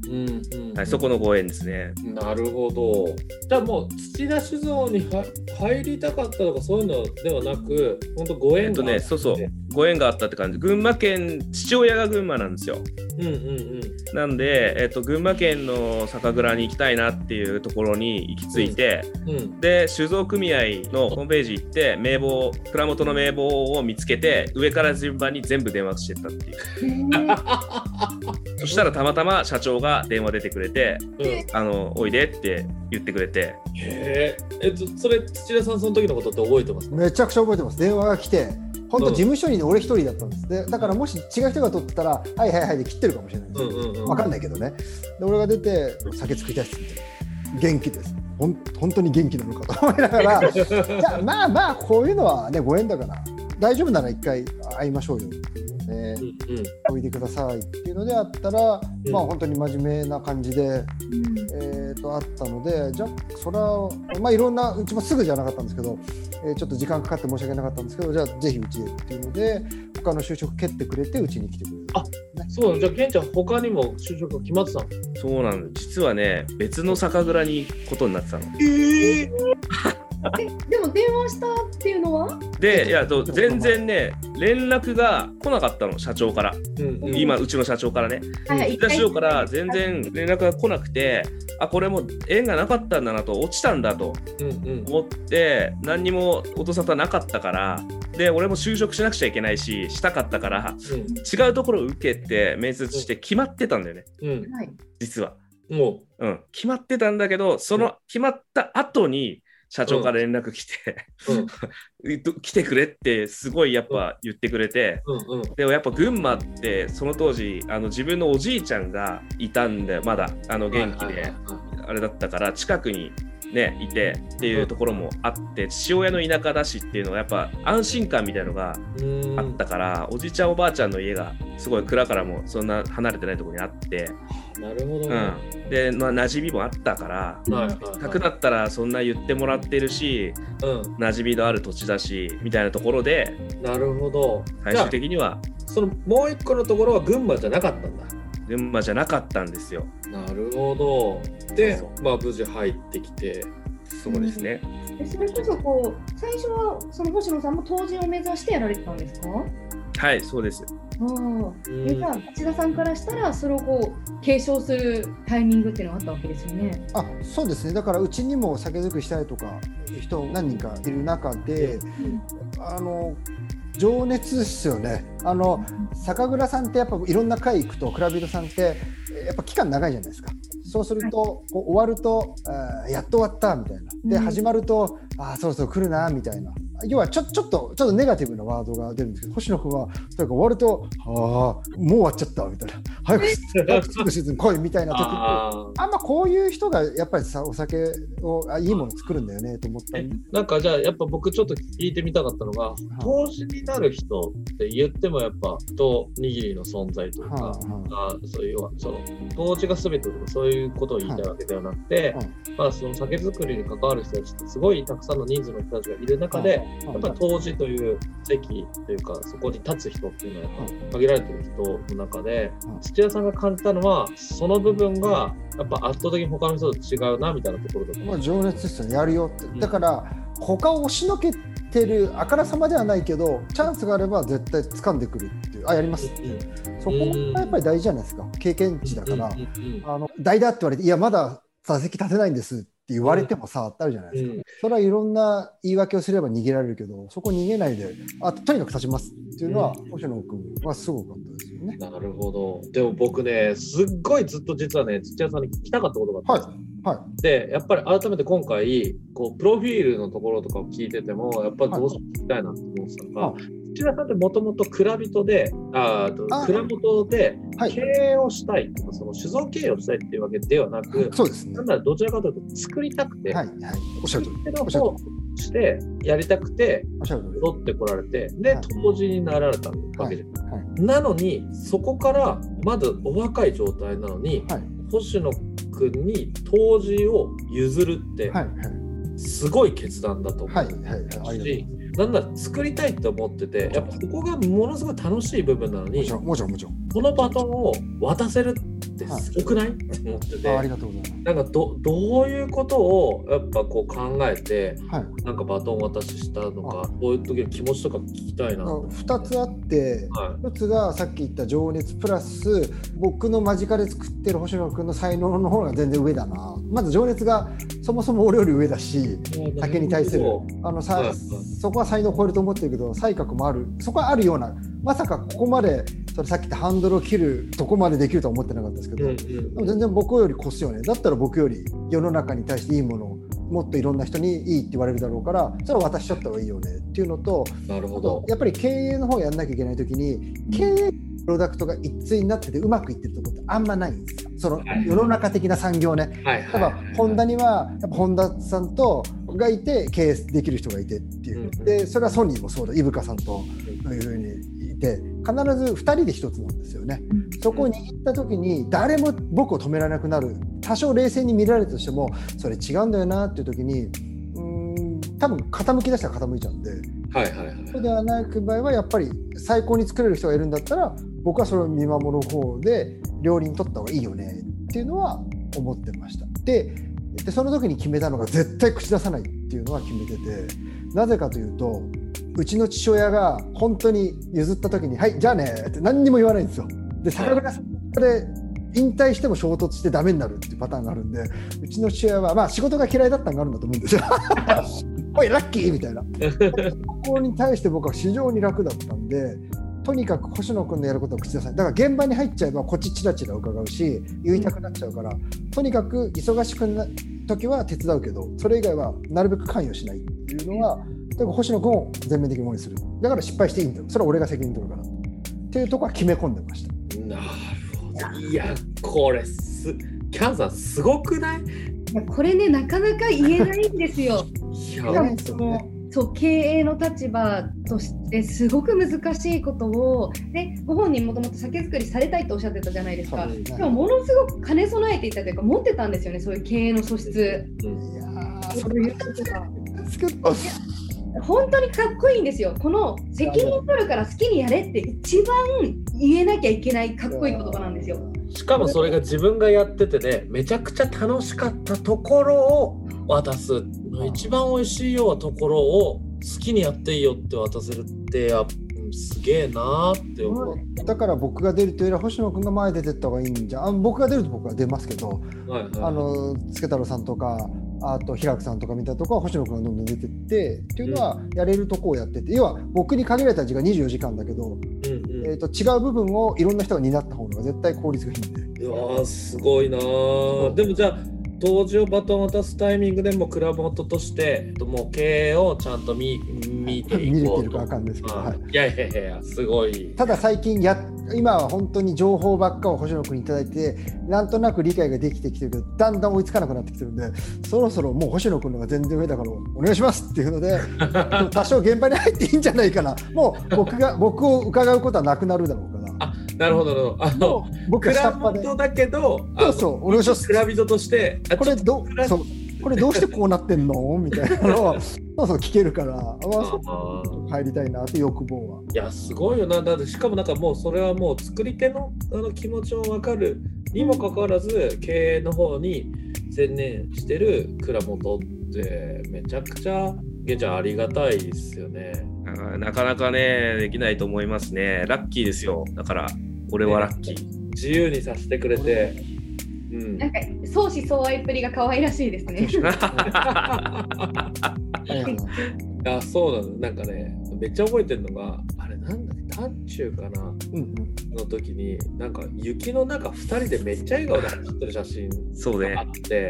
うんうんはい、そこのご縁ですね。 なるほど。じゃあもう土田酒造に入りたかったとかそういうのではなく、本当ご縁があって、 えっとね、そうそうご縁があったって感じ。群馬県、父親が群馬なんですよ。 うんうんうん、 なんで、えっと、群馬県の酒蔵に行きたいなっていうところに行き着いて、うんうん、で酒造組合のホームページ行って名簿、蔵元の名簿を見つけて上から順番に全部電話してったっていうそしたらたまたま社長が電話出てくれて、うん、あのおいでって言ってくれて。 へえ、それ土田さんその時のことって覚えてますか？ めちゃくちゃ覚えてます。電話が来て本当事務所に俺一人だったんです。でだからもし違う人が取ったらはいはいはいで切ってるかもしれないです、うんうんうん、分かんないけどね。で俺が出て酒作りたいっすって元気です、ほん本当に元気なのかと思いながらじゃあまあまあこういうのはねご縁だから大丈夫なら一回会いましょうよっていうので、うんうん、おいでくださいっていうのであったら、うん、まあ本当に真面目な感じで、うんえー、とあったので、じゃあそれはまあいろんなうちもすぐじゃなかったんですけど、えー、ちょっと時間かかって申し訳なかったんですけど、じゃあぜひうちでっていうので他の就職蹴ってくれてうちに来てくれる、ね、 あそうなの。じゃあケンちゃん他にも就職が決まってたの？ そうなの。実はね別の酒蔵に行くことになってたの。 えーえでも電話したっていうのはでいや全然ね連絡が来なかったの社長から、うんうん、今うちの社長からね土田酒造から全然連絡が来なくて、あこれもう縁がなかったんだなと落ちたんだと思って、うんうん、何にも音沙汰なかったから、で俺も就職しなくちゃいけないししたかったから、うん、違うところを受けて面接して決まってたんだよね、うん、実はもう、うん、決まってたんだけどその決まった後に社長から連絡来て、うん、来てくれってすごいやっぱ言ってくれて、うんうん、でもやっぱ群馬ってその当時あの自分のおじいちゃんがいたんでまだあの元気であれだったから近くにねいてっていうところもあって、父親の田舎だしっていうのはやっぱ安心感みたいなのがあったから、おじいちゃんおばあちゃんの家がすごい蔵からもそんな離れてないところにあって、 なるほど、ねうん、で、まあ、馴染みもあったから、宅だったらそんな言ってもらってるし、うん、馴染みのある土地だしみたいなところで、 なるほど。 最終的にはそのもう一個のところは群馬じゃなかったんだ。 群馬じゃなかったんですよ。 なるほど。で、まあ、無事入ってきて。 そうですね。 うん、それこそこう最初はその星野さんも杜氏を目指してやられてたんですか？ はい、そうです。 あでじゃあ土田さんからしたらそれをこう継承するタイミングっていうのがあったわけですよね。 あ、そうですね。だからうちにも酒造りしたいとか人何人かいる中で、うん、あの情熱ですよね。あの酒蔵さんってやっぱいろんな会行くと蔵人さんってやっぱ期間長いじゃないですか。そうするとこう終わるとあやっと終わったみたいなで、うん、始まるとあそろそろ来るなみたいな、要はちょ、ちょっとちょっとネガティブなワードが出るんですけど、星野君はとにかく終わるとああもう終わっちゃったみたいな、早く早く次のシーズン来いみたいな時にあ, あんまこういう人がやっぱりさお酒をあいいもの作るんだよねと思ったり、 なんかじゃあやっぱ僕ちょっと聞いてみたかったのが、杜氏になる人って言ってもやっぱ一握りの存在というか、はあはあ、そういうその杜氏が全てとかそういうことを言いたいわけではなくて、はあはあ、まあ、その酒造りに関わる人たちってすごいたくさんの人数の人たちがいる中で、はあはあ、やっぱり杜氏という席というかそこに立つ人っていうのはやっぱ限られてる人の中で、はあ、土屋さんが感じたのはその部分がやっぱ圧倒的に他の人と違うなみたいなところだと思う。 まあ、情熱ですよね。やるよって、うん、だから他を押しのけてるあからさまではないけどチャンスがあれば絶対掴んでくるっていう、あやりますっていう、うん、そこがやっぱり大事じゃないですか。経験値だから、うん、あの代打って言われていやまだ座席立てないんですって言われてもさ、うん、ってあるじゃないですか、うん、それはいろんな言い訳をすれば逃げられるけど、そこ逃げないであとにかく立ちますっていうのは、うん、星野君はすごかったですよね。 なるほど。でも僕ねすっごいずっと実はね土屋さんに聞きたかったことがあったんですよ。はいはい、でやっぱり改めて今回こうプロフィールのところとかを聞いててもやっぱりどうしても聞きたいなと思ってたのが、はい、土屋さんってもともと蔵人でああ蔵元で経営をしたい、はい、その酒造経営をしたいっていうわけではなく、 そうですね、 なんならどちらかというと作りたくて、 はいはい、おっしゃる通り、 おっしゃる通りしてやりたくて戻ってこられて、で杜氏になられたわけです、はいはい、なのにそこからまずお若い状態なのに、はい、星野君に杜氏を譲るってすごい決断だと思うし、はいはいはい、なんだ作りたいって思ってて、やっぱここがものすごい楽しい部分なのに、 もちろんもちろんもちろんこのバトンを渡せるってすごくない、はい、って思ってて、 あ、ありがとうございます。 なんか ど, どういうことをやっぱこう考えて、はい、なんかバトン渡ししたのか、こういう時の気持ちとか聞きたいな。 ふたつあって、はい、ひとつがさっき言った情熱プラス僕の間近で作ってる星野君の才能の方が全然上だな。まず情熱がそもそも俺より上だし、竹に対するあのさ、はいはい、そこは才能を超えると思ってるけど才覚もある、そこはあるような、まさかここまでそれさっき言ったハンドルを切るとこまでできるとは思ってなかったですけど、うんうん、でも全然僕より越すよね。だったら僕より世の中に対していいものをもっといろんな人にいいって言われるだろうから、それは渡しちゃった方がいいよねっていうのと、 なるほど。 やっぱり経営の方をやんなきゃいけないときに、経営プロダクトが一対になっててうまくいってるところってあんまないんですよ。その世の中的な産業ね。例えばホンダにはやっぱホンダさんとがいて経営できる人がいてっていう、うん、でそれはソニーもそうだ、イブカさんとそういうふうにいて、必ずふたりで一つなんですよね。そこに行った時に誰も僕を止められなくなる。多少冷静に見られたとしてもそれ違うんだよなっていう時に、うーん、多分傾き出したら傾いちゃうんで、はいはいはい、そうではない場合はやっぱり最高に作れる人がいるんだったら僕はそれを見守る方で両輪取った方がいいよねっていうのは思ってました。で、でその時に決めたのが絶対口出さないっていうのは決めてて、なぜかというとうちの父親が本当に譲った時にはいじゃあねって何にも言わないんですよ。で酒蔵さんで引退しても衝突してダメになるっていうパターンがあるんで、うちの父親はまあ仕事が嫌いだったのがあるんだと思うんですよおいラッキーみたいなここに対して僕は非常に楽だったんで、とにかく星野君のやることを口出さない。だから現場に入っちゃえばこっちチラチラ伺うし言いたくなっちゃうから、とにかく忙しくな時は手伝うけどそれ以外はなるべく関与しないっていうのは、だから星野君を全面的に応援する。だから失敗していいんだよ、それは俺が責任取るからっていうところは決め込んでました。 なるほど。いやこれすキャンさんすごくない？ いやこれねなかなか言えないんですよ。いやそのそう経営の立場としてすごく難しいことをで、ご本人もともと酒造りされたいとおっしゃってたじゃないですか。でもものすごく兼ね備えていたというか持ってたんですよね、そういう経営の素質、うん、いやそういうことが本当にかっこいいんですよ。この責任取るから好きにやれって一番言えなきゃいけないかっこいい言葉なんですよ。 しかもそれが自分がやっててね、めちゃくちゃ楽しかったところを渡す、一番美味しいようなところを好きにやっていいよって渡せるってやっすげえなーって思う。 だから僕が出るというよりは星野君が前出てった方がいいんじゃん。あ僕が出ると僕は出ますけど、はいはい、あの助太郎さんとかあと平久さんとか見たとこは星野君がどんどん出てってっていうのはやれるとこをやってて、うん、要は僕に限られた時間にじゅうよじかんだけど、うんうんえー、と違う部分をいろんな人が担った方が絶対効率がいいんで。 いやーすごいなー。でもじゃあ当時をバトンを渡すタイミングでも蔵元としてもう経営をちゃんと 見, 見ていこうと。見れてるか分かんないですけど、はい、いやいやいやすごい。 ただ最近や今は本当に情報ばっかを星野君にいただいてなんとなく理解ができてきてるけどだんだん追いつかなくなってきてるんで、そろそろもう星野君の方が全然上だからお願いしますっていうので多少現場に入っていいんじゃないかな。もう僕が僕を伺うことはなくなるだろうから。 あなるほどなるほど。あの僕は下っ端で蔵元だけどそうそうお願いします。 蔵人としてこれどそうこれどうしてこうなってんのみたいなのをそうそう聞けるから、あそう入りたいなって欲望は。 いやすごいよな。だってしかもなんかもうそれはもう作り手のあの気持ちを分かるにもかかわらず経営の方に専念してる蔵元ってめちゃくちゃげちゃんありがたいですよね。 なかなかねできないと思いますね。ラッキーですよ。だから俺はラッキー、ね、 自由にさせてくれて、 うん、なんか相思相愛っぷりが可愛らしいですね。 あそうなの。なんかねめっちゃ覚えてるのがあれなんだっけ短中かな、うんうん、の時になんか雪の中ふたりでめっちゃ笑顔で走ってる写真があって、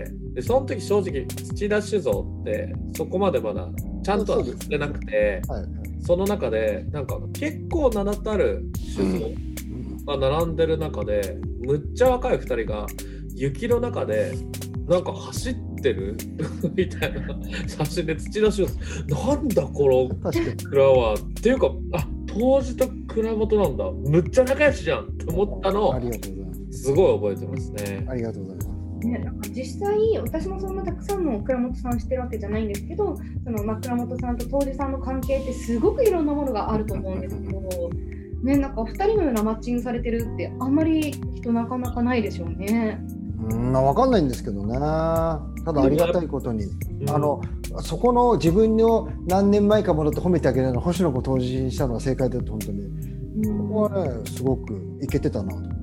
ね、でその時正直土田酒造ってそこまでまだちゃんとは映ってなくて、はいはい、その中でなんか結構名だたる酒造が並んでる中で、うん、むっちゃ若いふたりが雪の中でなんか走ってるみたいな写真で土田酒造なんだこの蔵はっていうかあ当時と蔵元なんだむっちゃ仲良しじゃんって思ったのをすごい覚えてますね。 ありがとうございます。 ね、なんか実際私もそんなたくさんの蔵元さんしてるわけじゃないんですけど、その、まあ、蔵元さんと杜氏さんの関係ってすごくいろんなものがあると思うんですけど、 ね、なんかふたりのようなマッチングされてるってあんまり人なかなかないでしょうね。 うん、まあ、分かんないんですけどね。ただありがたいことに、うん、あのそこの自分の何年前かものって褒めてあげるような星野子を投じしたのは正解だと本当に、うん、ここはねすごくいけてたなと。うんうん、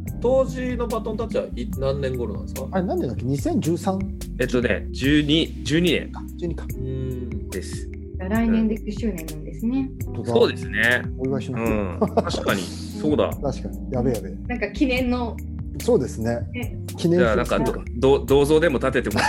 当時のバトンタッチは何年頃なんですか？ あれ何年だっけ？にせんじゅうさん？ えっとねじゅうに、じゅうにねんか。 じゅうにか。 うんです。 来年できゅうしゅうねんなんですね。 うん、そうですね。 お祝いします、 うん、確かにそうだ。 確かにやべえやべえ。 なんか記念の。 そうですね。 記念。じゃあなんかど銅像でも立ててもらって。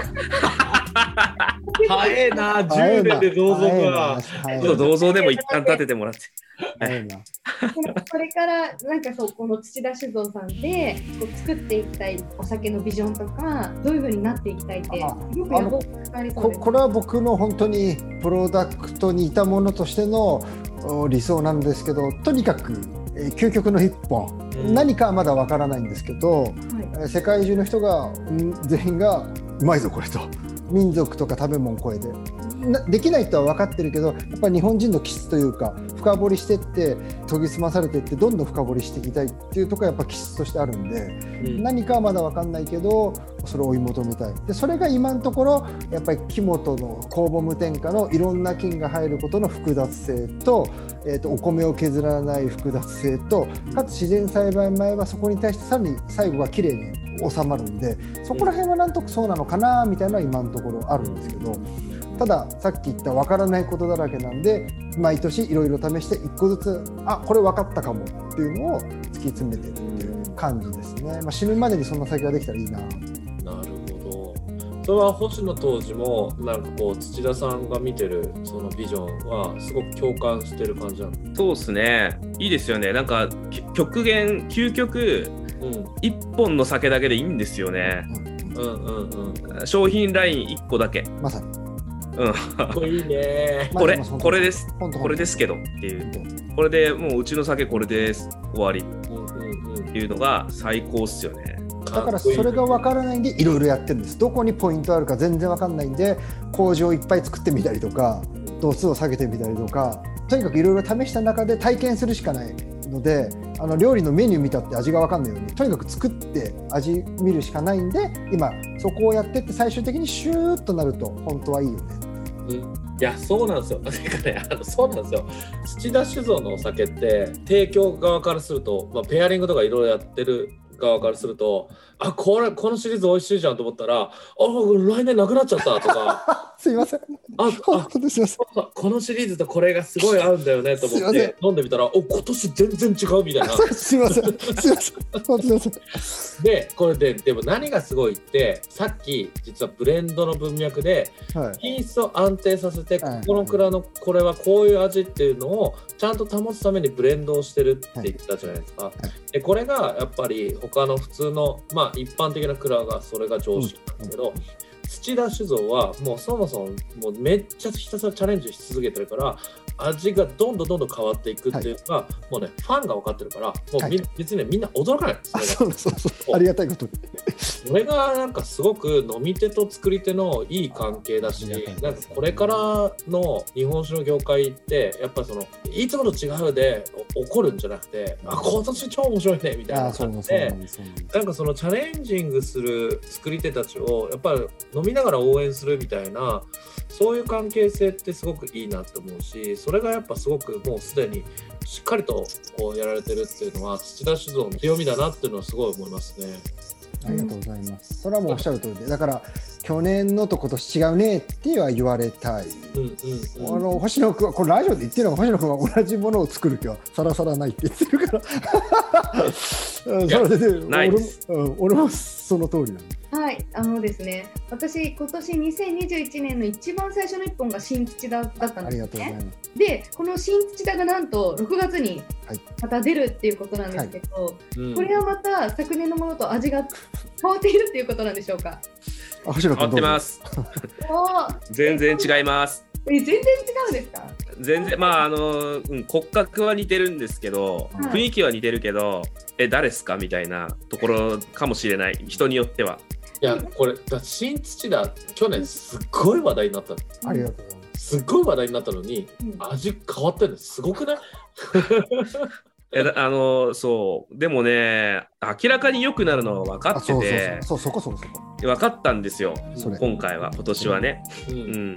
早いな、じゅうねんで銅像か。 ちょっと銅像でも一旦立ててもらって。 早いな。これからなんかそうこの土田酒造さんでこう作っていきたいお酒のビジョンとかどういう風になっていきたいってよく野望を聞かれそうです。 これは僕の本当にプロダクトにいたものとしての理想なんですけど、とにかく究極の一本、うん、何かはまだわからないんですけど、はい、世界中の人が全員がうまいぞこれと、民族とか食べ物を超えてできないとは分かってるけど、やっぱり日本人の気質というか深掘りしてって研ぎ澄まされてってどんどん深掘りしていきたいっていうところがやっぱ気質としてあるんで、うん、何かはまだ分かんないけどそれを追い求めたい。でそれが今のところやっぱり木本の酵母無添加のいろんな菌が入ることの複雑性と、えーとお米を削らない複雑性と、かつ自然栽培前はそこに対してさらに最後がきれいに収まるんで、そこら辺はなんとかそうなのかなみたいなのは今のところあるんですけど、たださっき言った分からないことだらけなんで毎年いろいろ試していっこずつあこれ分かったかもっていうのを突き詰めてるっていう感じですね。まあ、死ぬまでにそんな先ができたらいいな。 なるほど。それは星野当時もなんかこう土田さんが見てるそのビジョンはすごく共感してる感じなの？ そうですね。いいですよね。なんか極限究極いっぽんの酒だけでいいんですよね。うんうんうん。商品ラインいっこだけ。 まさに。 うん、 これいいね。 これこれですこれですけどっていうこれでもううちの酒これです終わりっていうのが最高っすよね。 だからそれが分からないんでいろいろやってるんです。どこにポイントあるか全然分かんないんで麹をいっぱい作ってみたりとか度数を下げてみたりとか、とにかくいろいろ試した中で体験するしかないので、あの料理のメニュー見たって味が分かんないようにとにかく作って味見るしかないんで、今そこをやってって最終的にシューッとなると本当はいいよね。 うん、いやそうなんですよ。なんかね、あのそうなんですよ。土田酒造のお酒って提供側からすると、まあ、ペアリングとかいろいろやってる側からすると、あこれこのシリーズ美味しいじゃんと思ったら、あ来年なくなっちゃったとかすいません。 ああこのシリーズとこれがすごい合うんだよねと思って飲んでみたら、お今年全然違うみたいなすいませんすいません本当すいません。 でこれででも何がすごいってさっき実はブレンドの文脈で、はい、品質を安定させて、はい、この蔵のこれはこういう味っていうのをちゃんと保つためにブレンドをしてるって言ってたじゃないですか、はいはい、でこれがやっぱり他の普通のまあ一般的な蔵がそれが常識なんですけど、うんうん、土田酒造はもうそもそももうめっちゃひたすらチャレンジし続けてるから味がどんどんどんどん変わっていくっていうのが、はい、もうねファンが分かってるからもうみ、はい、別にねみんな驚かないんです。 そうそうそうありがたいことそれがなんかすごく飲み手と作り手のいい関係だし、なんかこれからの日本酒の業界ってやっぱそのいつもと違うで怒るんじゃなくて、あ今年超面白いねみたいな感じで、なんかそのチャレンジングする作り手たちをやっぱり飲みながら応援するみたいな、そういう関係性ってすごくいいなって思うし、それがやっぱすごくもうすでにしっかりとこうやられてるっていうのは土田酒造の強みだなっていうのはすごい思いますね。 ありがとうございます。それはもうおっしゃる通りで、だから去年のと今年違うねっては言われたい。うんうんうん、あの星野君はこれラジオで言ってるのは星野君は同じものを作る気はさらさらないって言ってるからそれで、ね、俺も、うん、俺もその通りなんで。 はい、あのですね、私今年にせんにじゅういちねんの一番最初のいっぽんが新土田だったんですね。ありがとうございます。で、この新土田がなんとろくがつにまた出るっていうことなんですけど、はいうん、これはまた昨年のものと味が変わっているっていうことなんでしょうか。 あ、 変わってます。全然違います。 え、全然違うんですか。 全然まああの、うん、骨格は似てるんですけど、はい、雰囲気は似てるけど、え誰ですかみたいなところかもしれない、人によっては。 いやこれだ新土田去年すっごい話題になった。 ありがとうございます。 すっごい話題になったのに、うん、味変わってるのすごくない？ えあのそうでもね明らかに良くなるのは分かってて、 そうそうそうそうそこそこ分かったんですよ今回は今年はね、うんうん、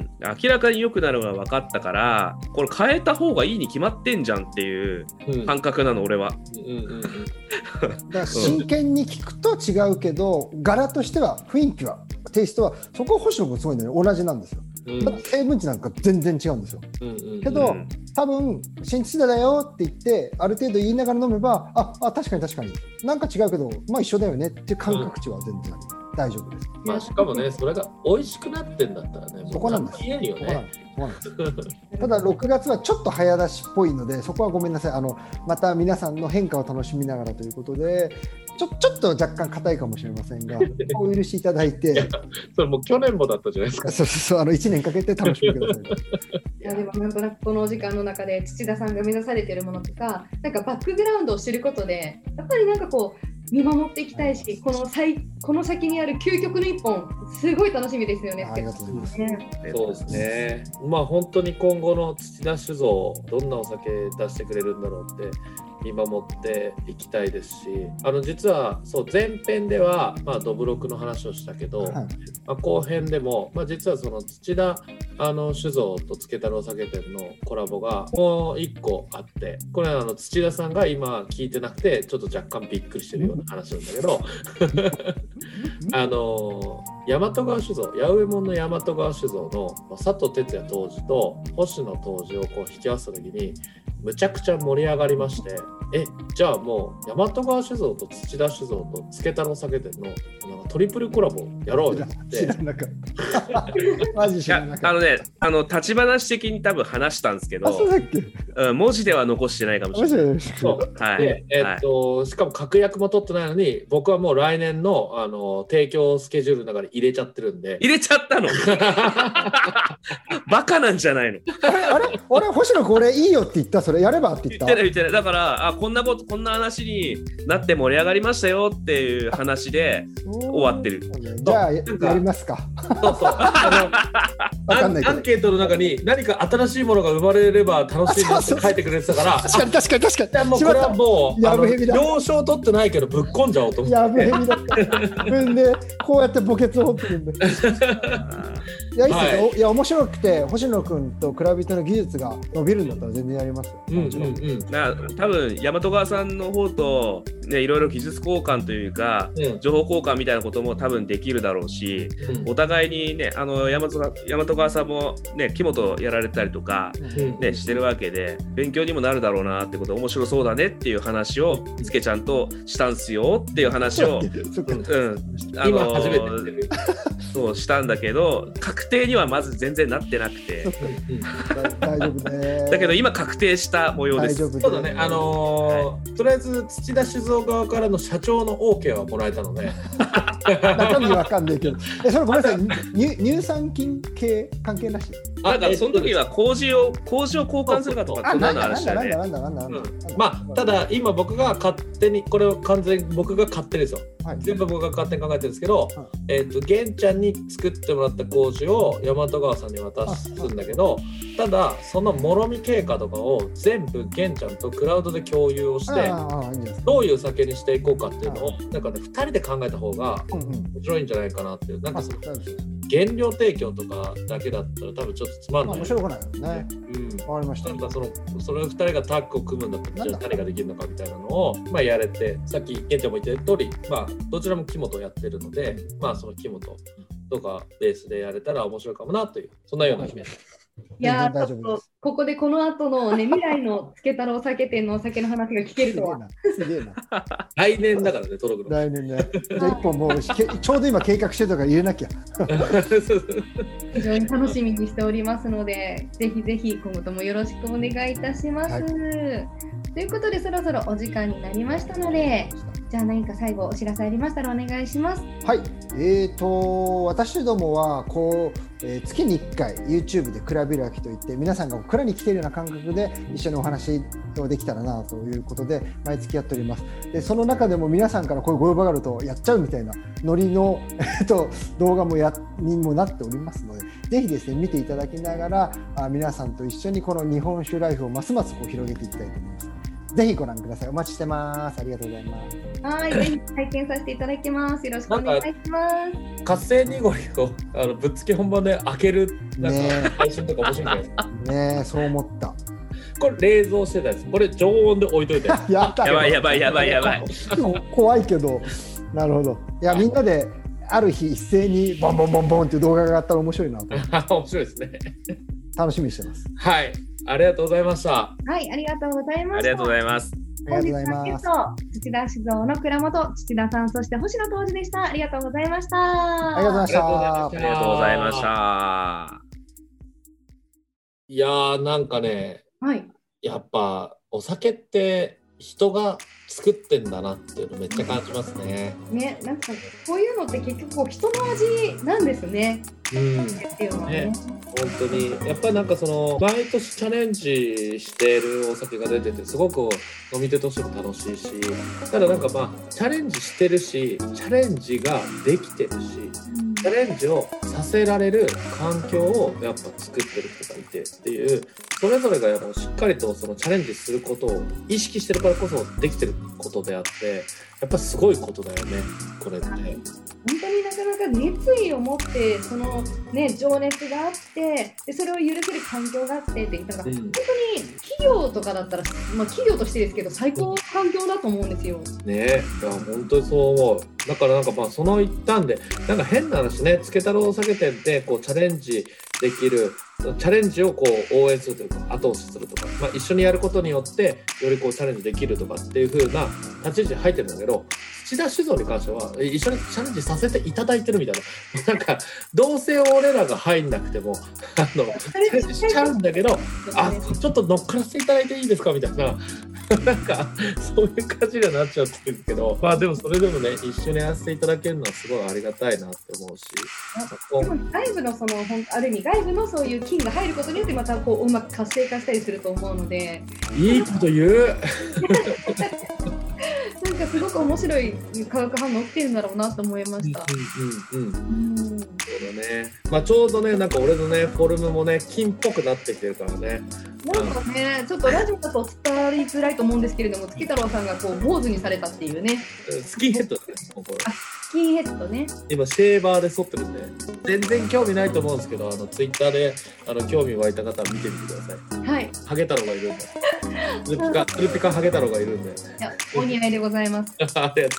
明らかに良くなるのが分かったからこれ変えた方がいいに決まってんじゃんっていう感覚なの、うん、俺は、うんうんうん、だから真剣に聞くと違うけど柄としては雰囲気はテイストはそこは星野君すごいね同じなんですよ、うん、成分値なんか全然違うんですよ、うんうんうん、けど多分新土田だよって言ってある程度言いながら飲めば あ, あ確かに確かになんか違うけどまあ一緒だよねっていう感覚値は全然あり、うん、大丈夫です、 まあ、しかもねそれが美味しくなってんだったらねそこなんです、 言えんよね、 ただろくがつはちょっと早出しっぽいのでそこはごめんなさいあのまた皆さんの変化を楽しみながらということでち ょ, ちょっと若干硬いかもしれませんがお許しいただいていやそれもう去年もだったじゃないですか。 そうそうそうあのいちねんかけて楽しみくださいいやでもなんとなくこのお時間の中で土田さんが目指されているものとかなんかバックグラウンドを知ることでやっぱりなんかこう見守っていきたいしこの先、この先にある究極の一本すごい楽しみですよね。 ありがとうございます、 ね、そうですね。まあ本当に今後の土田酒造どんなお酒出してくれるんだろうって見守っていきたいですしあの実はそう前編ではまあどぶろくの話をしたけど、はいまあ、後編でも、まあ、実はその土田あの酒造とつけ太郎酒店のコラボがもういっこあってこれはあの土田さんが今聞いてなくてちょっと若干びっくりしてるような話なんだけどあの大和川酒造八右衛門の大和川酒造の佐藤哲也杜氏と星野杜氏をこう引き合わせた時にむちゃくちゃ盛り上がりましてえじゃあもう大和川酒造と土田酒造とつけ太郎酒店のなんかトリプルコラボやろうよって知らなかったマジ知らなかったあのねあの立ち話的に多分話したんですけどそうだっけ、 うん、文字では残してないかもしれないそう、はいでえーっとはい、しかも確約も取ってないのに僕はもう来年 の, あの提供スケジュールの中で入れちゃってるんで入れちゃったのバカなんじゃないのあれあれ俺星野これいいよって言ったそれやればって言った言ってない言ってないだからあこんなことこんな話になって盛り上がりましたよっていう話で終わってるじゃあ や, やりますかそうそうあのアンケートの中に何か新しいものが生まれれば楽しいなって書いてくれてたから確かに確かに確かにもうこれはもうやぶへびだ了承取ってないけどぶっこんじゃおうと思ってやぶへびだった自分でこうやって墓穴を掘ってるんでいやいいですよ、はい、いや面白くて星野君と蔵人の技術が伸びるんだったら全然やりますよ、うんうんうん、 だ多分大和川さんの方と、ね、いろいろ技術交換というか、うん、情報交換みたいなことも多分できるだろうし、うん、お互いにねあの大和、大和川さんもね木本やられたりとか、うんね、してるわけで勉強にもなるだろうなってこと面白そうだねっていう話をつけちゃんとしたんすよっていう話を、うん、 あの今初めてそうしたんだけど確定にはまず全然なってなくて大丈夫ねだけど今確定した模様です。 そうだねあのーはい、とりあえず土田酒造側からの社長の OK はもらえたので中身わかんないけどえそれごめんなさい乳, 乳酸菌系関係なしなんかその時は麹を麹を交換するかとかそんなのあるしねまあただ今僕が勝手にこれを完全に僕が勝手ですよ、はい、全部僕が勝手に考えてるんですけど、はいえー、と玄ちゃんに作ってもらった麹を大和川さんに渡すんだけどただそのもろみ経過とかを全部玄ちゃんとクラウドで共有をしてどういう酒にしていこうかっていうのをなんかねふたりで考えた方が面白いんじゃないかなっていうなんかその原料提供とかだけだったら多分ちょっとつまんない、 まあ、面白くないよね、うん、分かりました。 なんかそのそれふたりがタッグを組むんだったらじゃあ誰ができるのかみたいなのをまあやれてさっき玄ちゃんも言った通りまあどちらも木本をやってるのでまあその木本とかベースでやれたら面白いかもなというそんなような気がします。 いやちょっとここでこの後のね未来のつけ太郎酒店のお酒の話が聞けるとはすげえな来年だからね届くの来年ねじゃあ一本もうちょうど今計画してるとから入れなきゃ非常に楽しみにしておりますのでぜひぜひ今後ともよろしくお願いいたします、はい、ということでそろそろお時間になりましたのでじゃあ何か最後お知らせありましたらお願いします。 はい、えーと私どもはこう、えー、月にいっかい YouTube で蔵開きといって皆さんが蔵に来ているような感覚で一緒にお話をできたらなということで毎月やっております。でその中でも皆さんからこういうご要望があるとやっちゃうみたいなノリの、えー、と動画もやにもなっておりますので、ぜひですね見ていただきながらあ皆さんと一緒にこの日本酒ライフをますますこう広げていきたいと思います。ぜひご覧ください。お待ちしてます。ありがとうございます。 はい、ぜひ体験させていただきます。よろしくお願いします。 活性濁りをあのぶっつけ本番で開けるなんか配信とか面白いんじゃないですか。 ねえ、そう思った。 これ冷蔵してたやつ。これ常温で置いといて。 やばいやばいやばいやばい。 怖いけど、なるほど。いやみんなである日一斉にボンボンボンボンっていう動画があったら面白いなと。 面白いですね。 楽しみにしてます。 はい。ありがとうございました。 はい、ありがとうございました。 ありがとうございます。 本日のゲスト、土田酒造の蔵元、土田さん、そして星野杜氏でした。ありがとうございました。 ありがとうございました。 ありがとうございました。 いやー、なんかね、 はい、 やっぱお酒って人が作ってんだなっていうのめっちゃ感じますね。 ね、なんかこういうのって結局人の味なんですね。 うん、っていうのはね、本当にやっぱりなんかその毎年チャレンジしているお酒が出ててすごく飲み手としても楽しいし、ただなんかまあチャレンジしてるしチャレンジができてるし、チャレンジをさせられる環境をやっぱ作ってる人がいてっていう、それぞれがやっぱしっかりとそのチャレンジすることを意識してるからこそできてることであって、やっぱすごいことだよねこれって。 本当になかなか熱意を持ってその、ね、情熱があってでそれを許せる環境があってってだから、うん、本当に企業とかだったら、まあ、企業としてですけど最高の環境だと思うんですよ。 ねえ、いや本当にそう思う。だからなんかまあその一端でなんか変な話ね、つけ太郎酒店でこうチャレンジできるチャレンジをこう応援するというか後押しするとか、まあ、一緒にやることによってよりこうチャレンジできるとかっていう風な立ち位置に入ってるんだけど、土田酒造に関しては一緒にチャレンジさせていただいてるみたいな、なんかどうせ俺らが入んなくてもあのチャレンジしちゃうんだけど、あちょっと乗っからせていただいていいですかみたいななんかそういう感じになっちゃってるけど、まあでもそれでもね一緒にやらせていただけるのはすごいありがたいなって思うし、 でも外部のそのある意味外部のそういう菌が入ることによってまたこううまく活性化したりすると思うので、 いいこと言うなんかすごく面白い化学反応起きてるんだろうなと思いました。 うんうんうん。うん、そうだね。まあちょうどねなんか俺のねフォルムもね金っぽくなってきてるからね。 なんかね、ちょっとラジオだと伝わりづらいと思うんですけれども、月太郎さんがこう坊主にされたっていうね。 スキンヘッドだね。 あ、スキンヘッドね。 今シェーバーで剃ってるんで、全然興味ないと思うんですけど、あのツイッターであの興味湧いた方は見てみてください。 はい。 ハゲ太郎がいるんで。ツルピカツルピカハゲ太郎がいるんで。いや、 お似合いでございます。 ありがとうございます。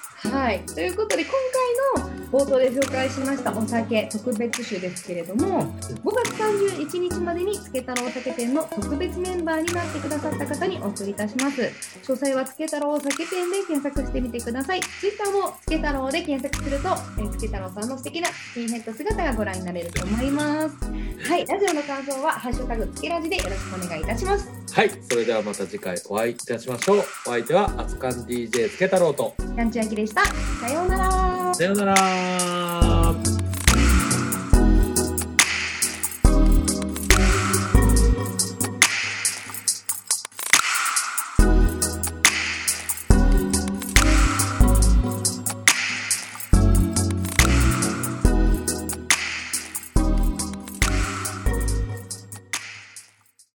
はい、ということで今回の冒頭で紹介しましたお酒特別酒ですけれども、ごがつさんじゅういちにちまでにつけ太郎酒店の特別メンバーになってくださった方にお送りいたします。詳細はつけ太郎酒店で検索してみてください。ツイッターもつけ太郎で検索するとつけ太郎さんの素敵なスキンヘッド姿がご覧になれると思います。はい、ラジオの感想はハッシュタグつけラジでよろしくお願いいたします。 はい、それではまた次回お会いいたしましょう。お相手は熱燗 ディージェー つけ太郎とキャンチュアキでした。さようなら。 さようなら。